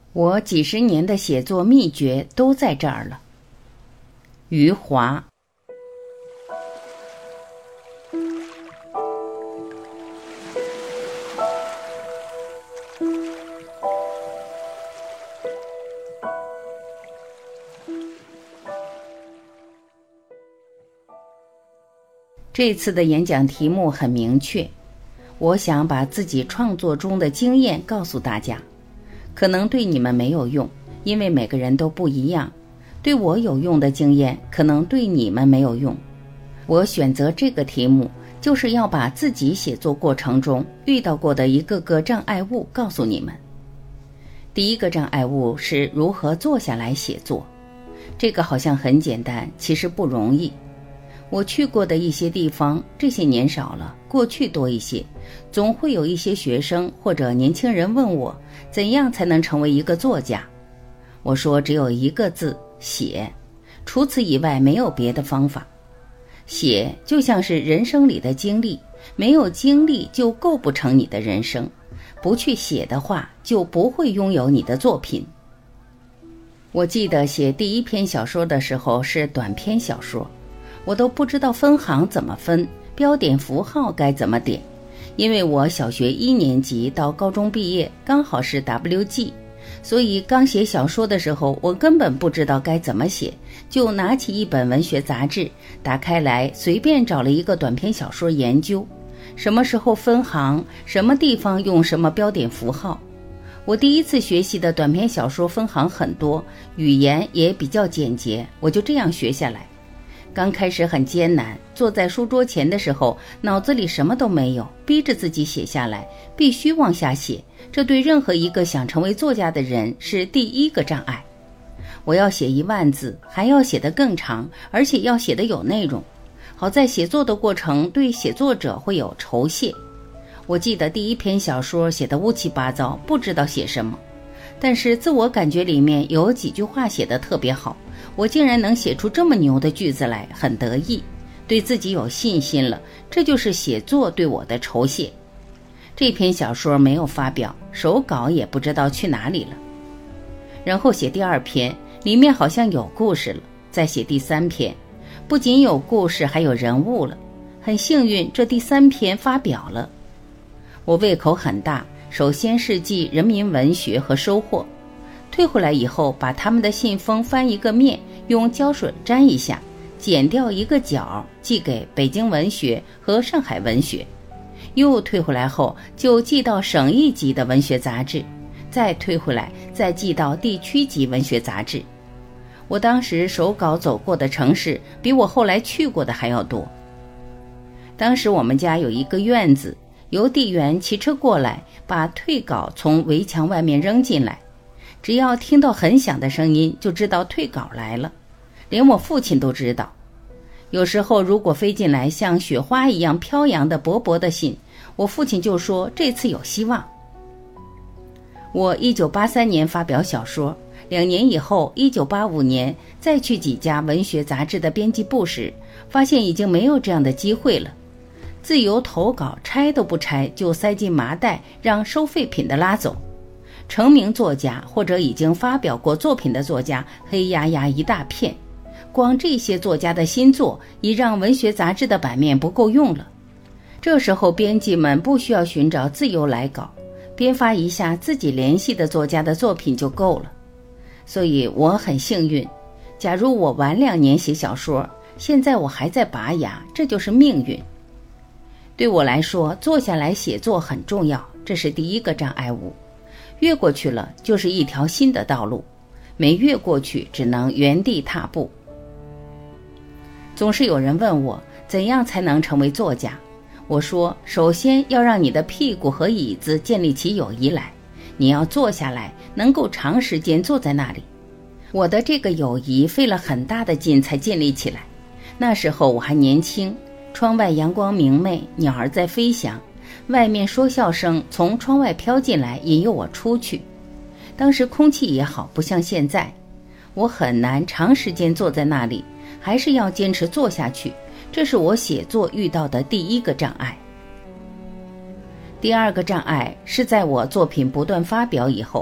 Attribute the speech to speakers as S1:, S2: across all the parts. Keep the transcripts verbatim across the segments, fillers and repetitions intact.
S1: 我几十年的写作秘诀都在这儿了。余华。这次的演讲题目很明确，我想把自己创作中的经验告诉大家，可能对你们没有用，因为每个人都不一样。对我有用的经验，可能对你们没有用。我选择这个题目，就是要把自己写作过程中遇到过的一个个障碍物告诉你们。第一个障碍物是如何坐下来写作，这个好像很简单，其实不容易。我去过的一些地方，这些年少了，过去多一些，总会有一些学生或者年轻人问我，怎样才能成为一个作家？我说只有一个字，写，除此以外没有别的方法。写就像是人生里的经历，没有经历就构不成你的人生，不去写的话，就不会拥有你的作品。我记得写第一篇小说的时候是短篇小说，我都不知道分行怎么分，标点符号该怎么点，因为我小学一年级到高中毕业刚好是 W G， 所以刚写小说的时候我根本不知道该怎么写，就拿起一本文学杂志，打开来随便找了一个短篇小说研究，什么时候分行，什么地方用什么标点符号。我第一次学习的短篇小说分行很多，语言也比较简洁，我就这样学下来。刚开始很艰难，坐在书桌前的时候，脑子里什么都没有，逼着自己写下来，必须往下写，这对任何一个想成为作家的人是第一个障碍。我要写一万字，还要写得更长，而且要写得有内容。好在写作的过程对写作者会有酬谢。我记得第一篇小说写得乌七八糟，不知道写什么，但是自我感觉里面有几句话写得特别好，我竟然能写出这么牛的句子来，很得意，对自己有信心了，这就是写作对我的酬谢。这篇小说没有发表，手稿也不知道去哪里了。然后写第二篇，里面好像有故事了，再写第三篇，不仅有故事，还有人物了。很幸运，这第三篇发表了。我胃口很大，首先是记人民文学和收获，退回来以后把他们的信封翻一个面，用胶水粘一下，剪掉一个角，寄给北京文学和上海文学。又退回来后就寄到省一级的文学杂志，再退回来再寄到地区级文学杂志。我当时手稿走过的城市比我后来去过的还要多。当时我们家有一个院子，邮递员骑车过来，把退稿从围墙外面扔进来，只要听到很响的声音就知道退稿来了，连我父亲都知道。有时候如果飞进来像雪花一样飘扬的薄薄的信，我父亲就说这次有希望。我一九八三年发表小说，两年以后一九八五年再去几家文学杂志的编辑部时，发现已经没有这样的机会了。自由投稿拆都不拆，就塞进麻袋，让收废品的拉走。成名作家或者已经发表过作品的作家黑压压一大片，光这些作家的新作已让文学杂志的版面不够用了。这时候编辑们不需要寻找自由来稿，编发一下自己联系的作家的作品就够了。所以我很幸运，假如我晚两年写小说，现在我还在拔牙，这就是命运。对我来说，坐下来写作很重要，这是第一个障碍物。越过去了就是一条新的道路，没越过去只能原地踏步。总是有人问我怎样才能成为作家，我说首先要让你的屁股和椅子建立起友谊来，你要坐下来，能够长时间坐在那里。我的这个友谊费了很大的劲才建立起来，那时候我还年轻，窗外阳光明媚，鸟儿在飞翔，外面说笑声从窗外飘进来，引诱我出去。当时空气也好，不像现在，我很难长时间坐在那里，还是要坚持做下去，这是我写作遇到的第一个障碍。第二个障碍是在我作品不断发表以后，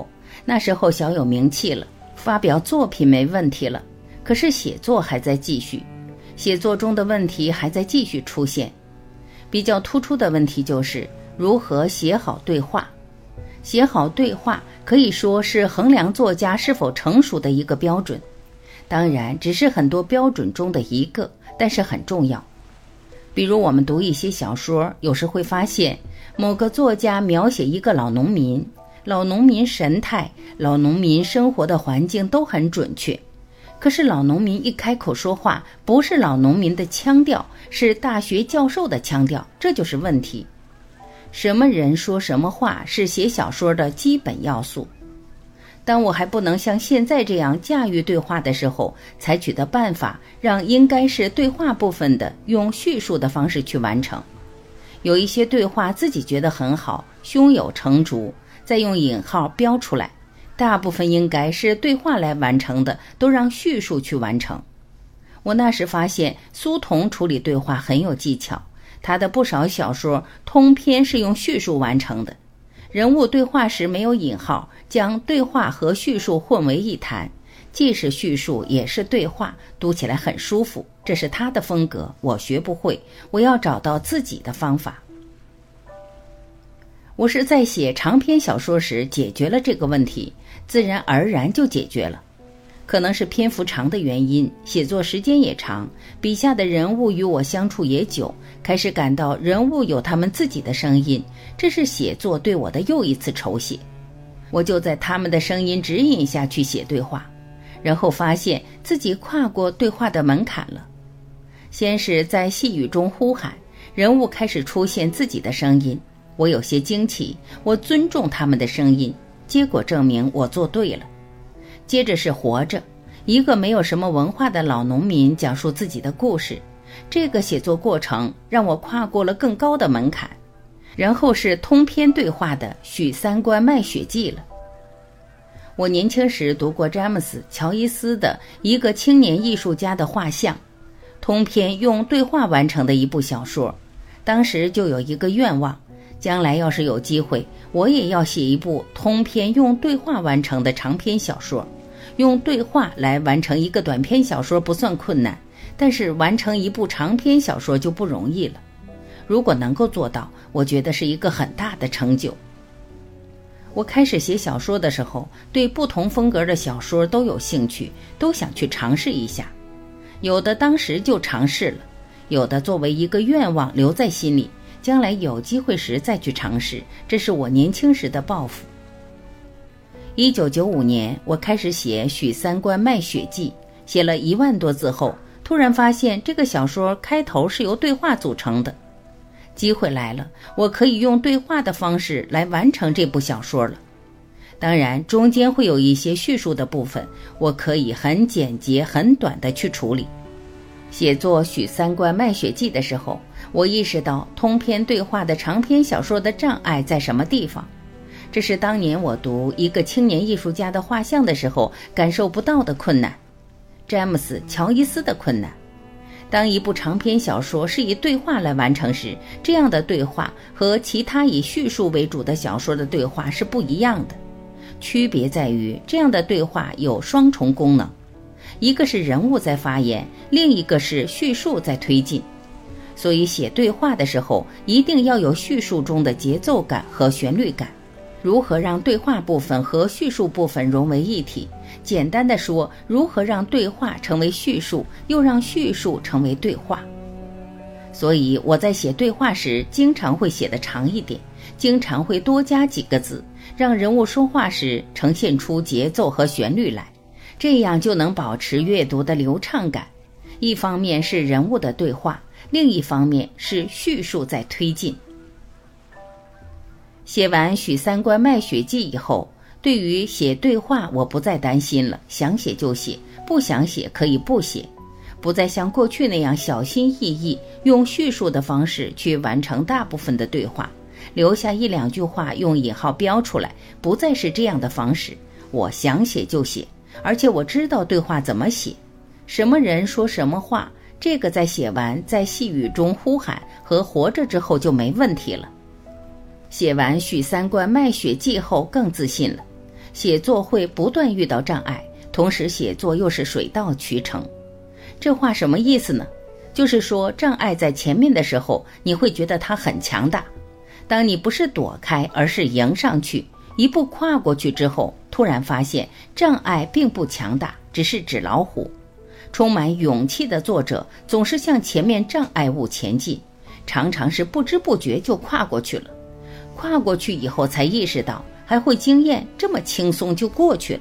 S1: 那时候小有名气了，发表作品没问题了，可是写作还在继续，写作中的问题还在继续出现。比较突出的问题就是如何写好对话。写好对话可以说是衡量作家是否成熟的一个标准，当然只是很多标准中的一个，但是很重要。比如我们读一些小说，有时会发现某个作家描写一个老农民，老农民神态、老农民生活的环境都很准确，可是老农民一开口说话，不是老农民的腔调，是大学教授的腔调，这就是问题。什么人说什么话是写小说的基本要素。当我还不能像现在这样驾驭对话的时候，采取的办法让应该是对话部分的用叙述的方式去完成。有一些对话自己觉得很好，胸有成竹，再用引号标出来，大部分应该是对话来完成的，都让叙述去完成。我那时发现苏童处理对话很有技巧，他的不少小说通篇是用叙述完成的。人物对话时没有引号，将对话和叙述混为一谈，既是叙述也是对话，读起来很舒服。这是他的风格，我学不会，我要找到自己的方法。我是在写长篇小说时解决了这个问题，自然而然就解决了。可能是篇幅长的原因，写作时间也长，笔下的人物与我相处也久，开始感到人物有他们自己的声音，这是写作对我的又一次手写。我就在他们的声音指引下去写对话，然后发现自己跨过对话的门槛了。先是在细语中呼喊，人物开始出现自己的声音，我有些惊奇，我尊重他们的声音，结果证明我做对了。接着是活着，一个没有什么文化的老农民讲述自己的故事，这个写作过程让我跨过了更高的门槛。然后是通篇对话的许三观卖血记了。我年轻时读过詹姆斯·乔伊斯的一个青年艺术家的画像，通篇用对话完成的一部小说。当时就有一个愿望，将来要是有机会，我也要写一部通篇用对话完成的长篇小说。用对话来完成一个短篇小说不算困难，但是完成一部长篇小说就不容易了。如果能够做到，我觉得是一个很大的成就。我开始写小说的时候，对不同风格的小说都有兴趣，都想去尝试一下。有的当时就尝试了，有的作为一个愿望留在心里，将来有机会时再去尝试，这是我年轻时的抱负。一九九五年，我开始写许三观卖血记，写了一万多字后，突然发现这个小说开头是由对话组成的。机会来了，我可以用对话的方式来完成这部小说了。当然，中间会有一些叙述的部分，我可以很简洁、很短的去处理。写作许三观卖血记的时候，我意识到通篇对话的长篇小说的障碍在什么地方。这是当年我读一个青年艺术家的画像的时候感受不到的困难，詹姆斯·乔伊斯的困难。当一部长篇小说是以对话来完成时，这样的对话和其他以叙述为主的小说的对话是不一样的。区别在于，这样的对话有双重功能，一个是人物在发言，另一个是叙述在推进。所以写对话的时候，一定要有叙述中的节奏感和旋律感。如何让对话部分和叙述部分融为一体？简单的说，如何让对话成为叙述，又让叙述成为对话。所以我在写对话时，经常会写得长一点，经常会多加几个字，让人物说话时呈现出节奏和旋律来，这样就能保持阅读的流畅感。一方面是人物的对话，另一方面是叙述在推进。写完许三观卖血记以后，对于写对话我不再担心了，想写就写，不想写可以不写，不再像过去那样小心翼翼用叙述的方式去完成大部分的对话，留下一两句话用引号标出来，不再是这样的方式。我想写就写，而且我知道对话怎么写，什么人说什么话，这个在写完在细语中呼喊和活着之后就没问题了。写完许三观卖血记后更自信了， 写作会不断遇到障碍，同时写作又是水到渠成。这话什么意思呢？就是说障碍在前面的时候，你会觉得它很强大，当你不是躲开，而是迎上去，一步跨过去之后，突然发现障碍并不强大，只是纸老虎。充满勇气的作者总是向前面障碍物前进，常常是不知不觉就跨过去了。跨过去以后才意识到，还会惊艳，这么轻松就过去了。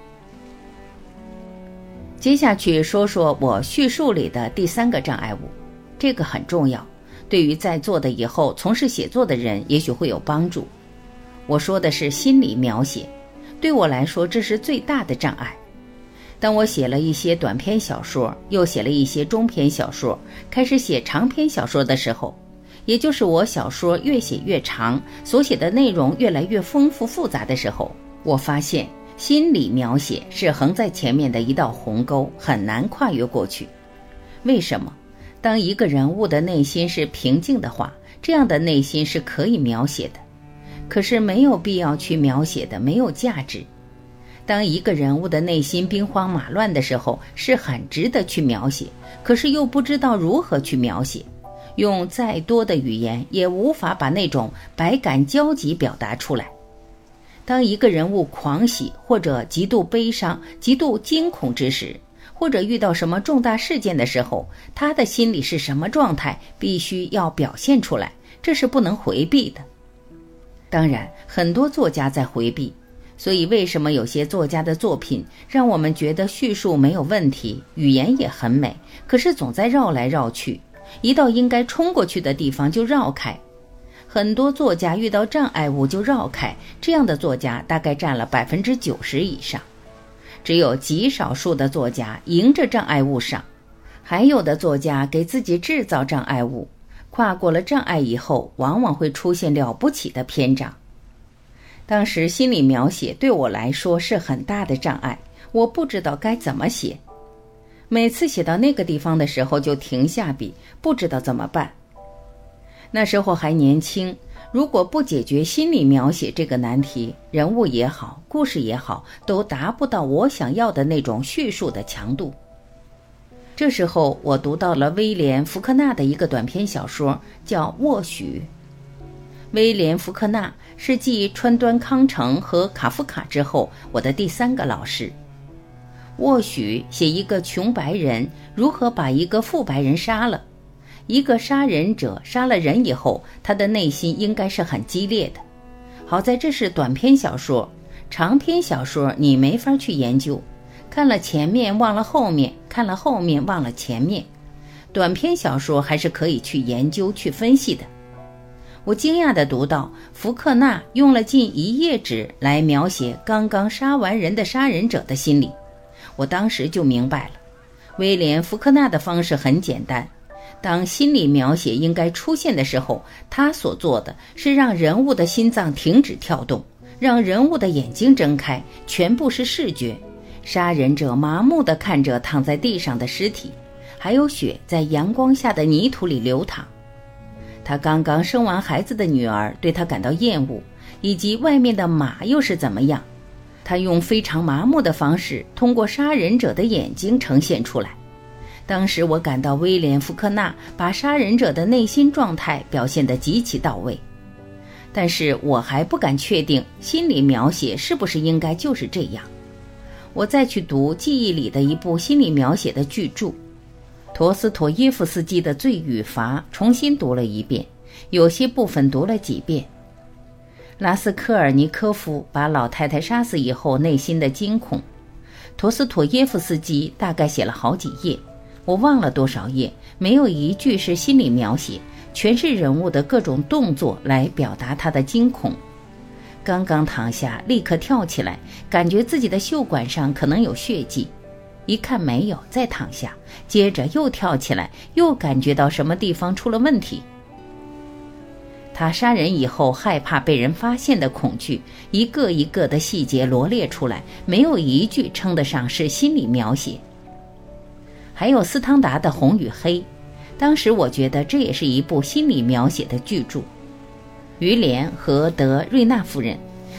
S1: 接下去说说我叙述里的第三个障碍物，这个很重要，对于在座的以后从事写作的人也许会有帮助。我说的是心理描写，对我来说这是最大的障碍。当我写了一些短篇小说，又写了一些中篇小说，开始写长篇小说的时候，也就是我小说越写越长，所写的内容越来越丰富复杂的时候，我发现心理描写是横在前面的一道鸿沟，很难跨越过去。为什么？当一个人物的内心是平静的话，这样的内心是可以描写的，可是没有必要去描写的，没有价值。当一个人物的内心兵荒马乱的时候，是很值得去描写，可是又不知道如何去描写，用再多的语言也无法把那种百感交集表达出来。当一个人物狂喜或者极度悲伤、极度惊恐之时，或者遇到什么重大事件的时候，他的心里是什么状态，必须要表现出来，这是不能回避的。当然，很多作家在回避，所以为什么有些作家的作品让我们觉得叙述没有问题，语言也很美，可是总在绕来绕去，一到应该冲过去的地方就绕开。很多作家遇到障碍物就绕开，这样的作家大概占了百分之九十以上。只有极少数的作家迎着障碍物上，还有的作家给自己制造障碍物，跨过了障碍以后，往往会出现了不起的篇章。当时心理描写对我来说是很大的障碍，我不知道该怎么写。每次写到那个地方的时候就停下笔，不知道怎么办。那时候还年轻，如果不解决心理描写这个难题，人物也好，故事也好，都达不到我想要的那种叙述的强度。这时候我读到了威廉·福克纳的一个短篇小说，叫《沃许》。威廉·福克纳是继川端康成和卡夫卡之后我的第三个老师。沃许写一个穷白人如何把一个富白人杀了。一个杀人者杀了人以后，他的内心应该是很激烈的。好在这是短篇小说，长篇小说你没法去研究，看了前面忘了后面，看了后面忘了前面。短篇小说还是可以去研究去分析的。我惊讶地读到福克纳用了近一页纸来描写刚刚杀完人的杀人者的心理，我当时就明白了，威廉·福克纳的方式很简单，当心理描写应该出现的时候，他所做的是让人物的心脏停止跳动，让人物的眼睛睁开，全部是视觉。杀人者麻木地看着躺在地上的尸体，还有血在阳光下的泥土里流淌。他刚刚生完孩子的女儿对他感到厌恶，以及外面的马又是怎么样。他用非常麻木的方式通过杀人者的眼睛呈现出来。当时我感到威廉·福克纳把杀人者的内心状态表现得极其到位，但是我还不敢确定心理描写是不是应该就是这样。我再去读记忆里的一部心理描写的巨著，陀思妥耶夫斯基的《罪与罚》，重新读了一遍，有些部分读了几遍。拉斯科尔尼科夫把老太太杀死以后内心的惊恐，陀思妥耶夫斯基大概写了好几页，我忘了多少页，没有一句是心理描写，全是人物的各种动作来表达他的惊恐。刚刚躺下，立刻跳起来，感觉自己的袖管上可能有血迹，一看没有，再躺下，接着又跳起来，又感觉到什么地方出了问题。他杀人以后害怕被人发现的恐惧，一个一个的细节罗列出来，没有一句称得上是心理描写。还有斯汤达的《红与黑》，当时我觉得这也是一部心理描写的巨著。于连和德瑞纳夫人，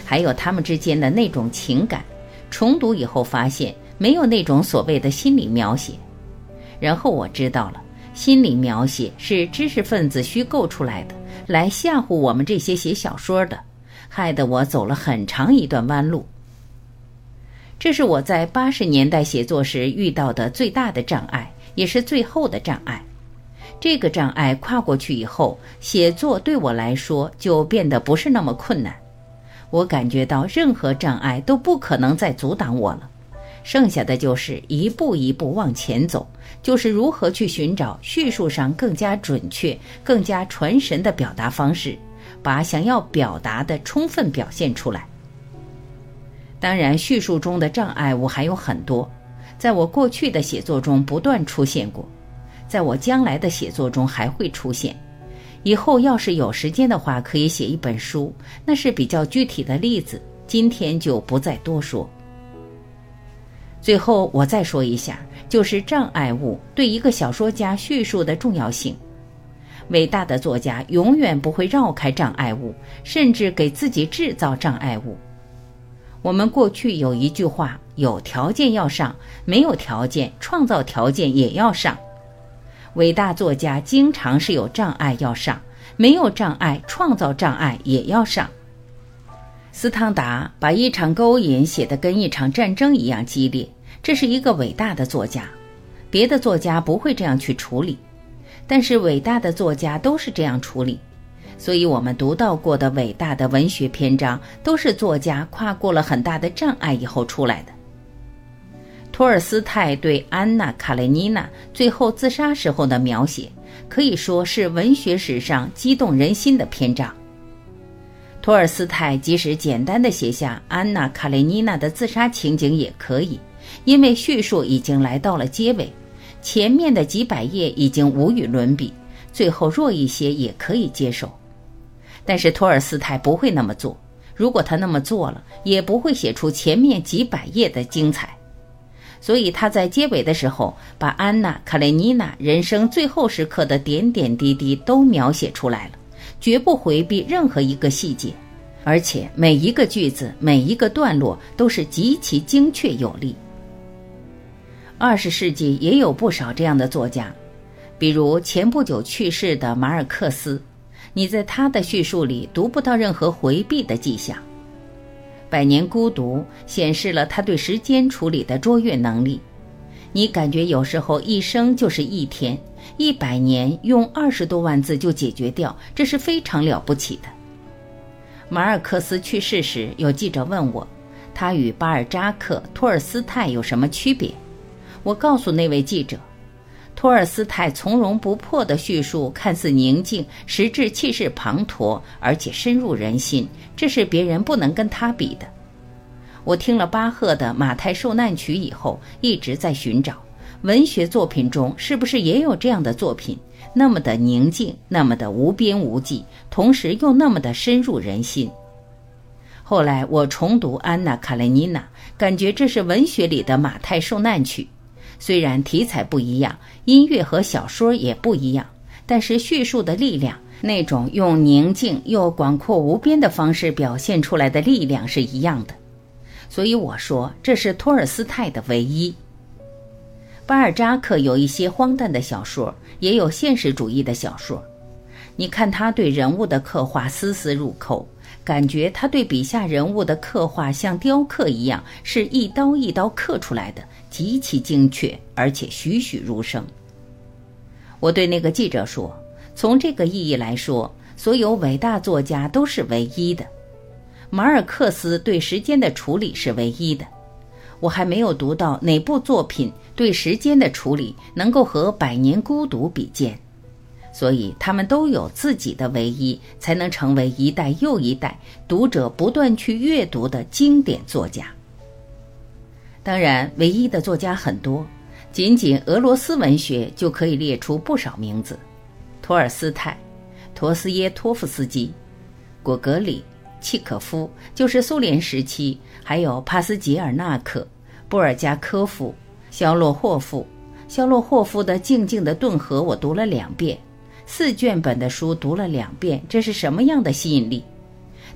S1: 还有他们之间的那种情感，重读以后发现没有那种所谓的心理描写。然后我知道了，心理描写是知识分子虚构出来的，来吓唬我们这些写小说的，害得我走了很长一段弯路。这是我在八十年代写作时遇到的最大的障碍，也是最后的障碍。这个障碍跨过去以后，写作对我来说就变得不是那么困难。我感觉到任何障碍都不可能再阻挡我了，剩下的就是一步一步往前走，就是如何去寻找叙述上更加准确、更加传神的表达方式，把想要表达的充分表现出来。当然，叙述中的障碍物还有很多，在我过去的写作中不断出现过，在我将来的写作中还会出现。以后要是有时间的话，可以写一本书，那是比较具体的例子，今天就不再多说。最后我再说一下，就是障碍物对一个小说家叙述的重要性。伟大的作家永远不会绕开障碍物，甚至给自己制造障碍物。我们过去有一句话，有条件要上，没有条件创造条件也要上。伟大作家经常是有障碍要上，没有障碍创造障碍也要上。斯汤达把一场勾引写得跟一场战争一样激烈，这是一个伟大的作家，别的作家不会这样去处理，但是伟大的作家都是这样处理。所以我们读到过的伟大的文学篇章，都是作家跨过了很大的障碍以后出来的。托尔斯泰对安娜·卡列尼娜最后自杀时候的描写，可以说是文学史上激动人心的篇章。托尔斯泰即使简单地写下安娜·卡列尼娜的自杀情景也可以，因为叙述已经来到了结尾，前面的几百页已经无与伦比，最后弱一些也可以接受。但是托尔斯泰不会那么做，如果他那么做了，也不会写出前面几百页的精彩。所以他在结尾的时候，把安娜·卡列尼娜人生最后时刻的点点滴滴都描写出来了，绝不回避任何一个细节，而且每一个句子、每一个段落都是极其精确有力。二十世纪也有不少这样的作家，比如前不久去世的马尔克斯，你在他的叙述里读不到任何回避的迹象。百年孤独显示了他对时间处理的卓越能力，你感觉有时候一生就是一天，一百年用二十多万字就解决掉，这是非常了不起的。马尔克斯去世时，有记者问我，他与巴尔扎克、托尔斯泰有什么区别？我告诉那位记者，托尔斯泰从容不迫的叙述看似宁静，实质气势磅礴，而且深入人心，这是别人不能跟他比的。我听了巴赫的《马太受难曲》以后，一直在寻找文学作品中是不是也有这样的作品，那么的宁静，那么的无边无际，同时又那么的深入人心。后来我重读安娜·卡列尼娜，感觉这是文学里的《马太受难曲》。虽然题材不一样，音乐和小说也不一样，但是叙述的力量，那种用宁静又广阔无边的方式表现出来的力量是一样的。所以我说，这是托尔斯泰的唯一。巴尔扎克有一些荒诞的小说，也有现实主义的小说。你看他对人物的刻画丝丝入扣，感觉他对笔下人物的刻画像雕刻一样，是一刀一刀刻出来的，极其精确，而且栩栩如生。我对那个记者说，从这个意义来说，所有伟大作家都是唯一的。马尔克斯对时间的处理是唯一的，我还没有读到哪部作品对时间的处理能够和《百年孤独》比肩。所以他们都有自己的唯一，才能成为一代又一代读者不断去阅读的经典作家。当然，唯一的作家很多，仅仅俄罗斯文学就可以列出不少名字：托尔斯泰、陀思耶托夫斯基、果戈里、契可夫，就是苏联时期，还有帕斯捷尔纳克、布尔加科夫、肖洛霍夫。肖洛霍夫的《静静的顿河》我读了两遍，四卷本的书读了两遍，这是什么样的吸引力？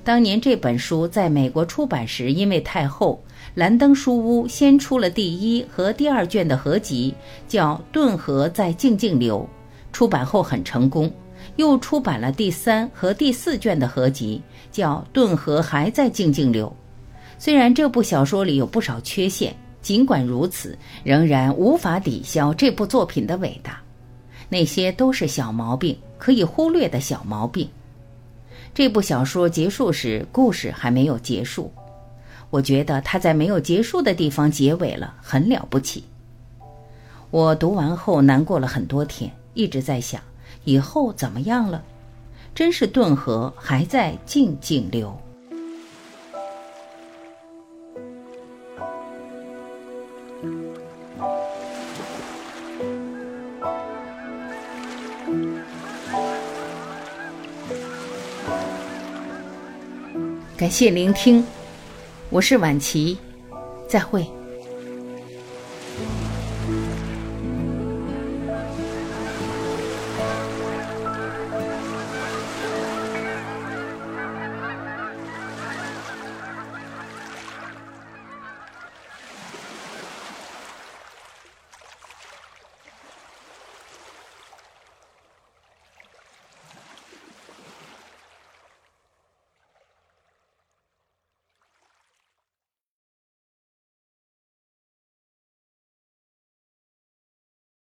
S1: 当年这本书在美国出版时，因为太厚，兰登书屋先出了第一和第二卷的合集，叫《顿河在静静流》，出版后很成功，又出版了第三和第四卷的合集，叫《顿河还在静静流》。虽然这部小说里有不少缺陷，尽管如此，仍然无法抵消这部作品的伟大。那些都是小毛病，可以忽略的小毛病。这部小说结束时，故事还没有结束。我觉得它在没有结束的地方结尾了，很了不起。我读完后难过了很多天，一直在想，以后怎么样了？真是顿河还在静静流。感谢聆听，我是婉琪，再会。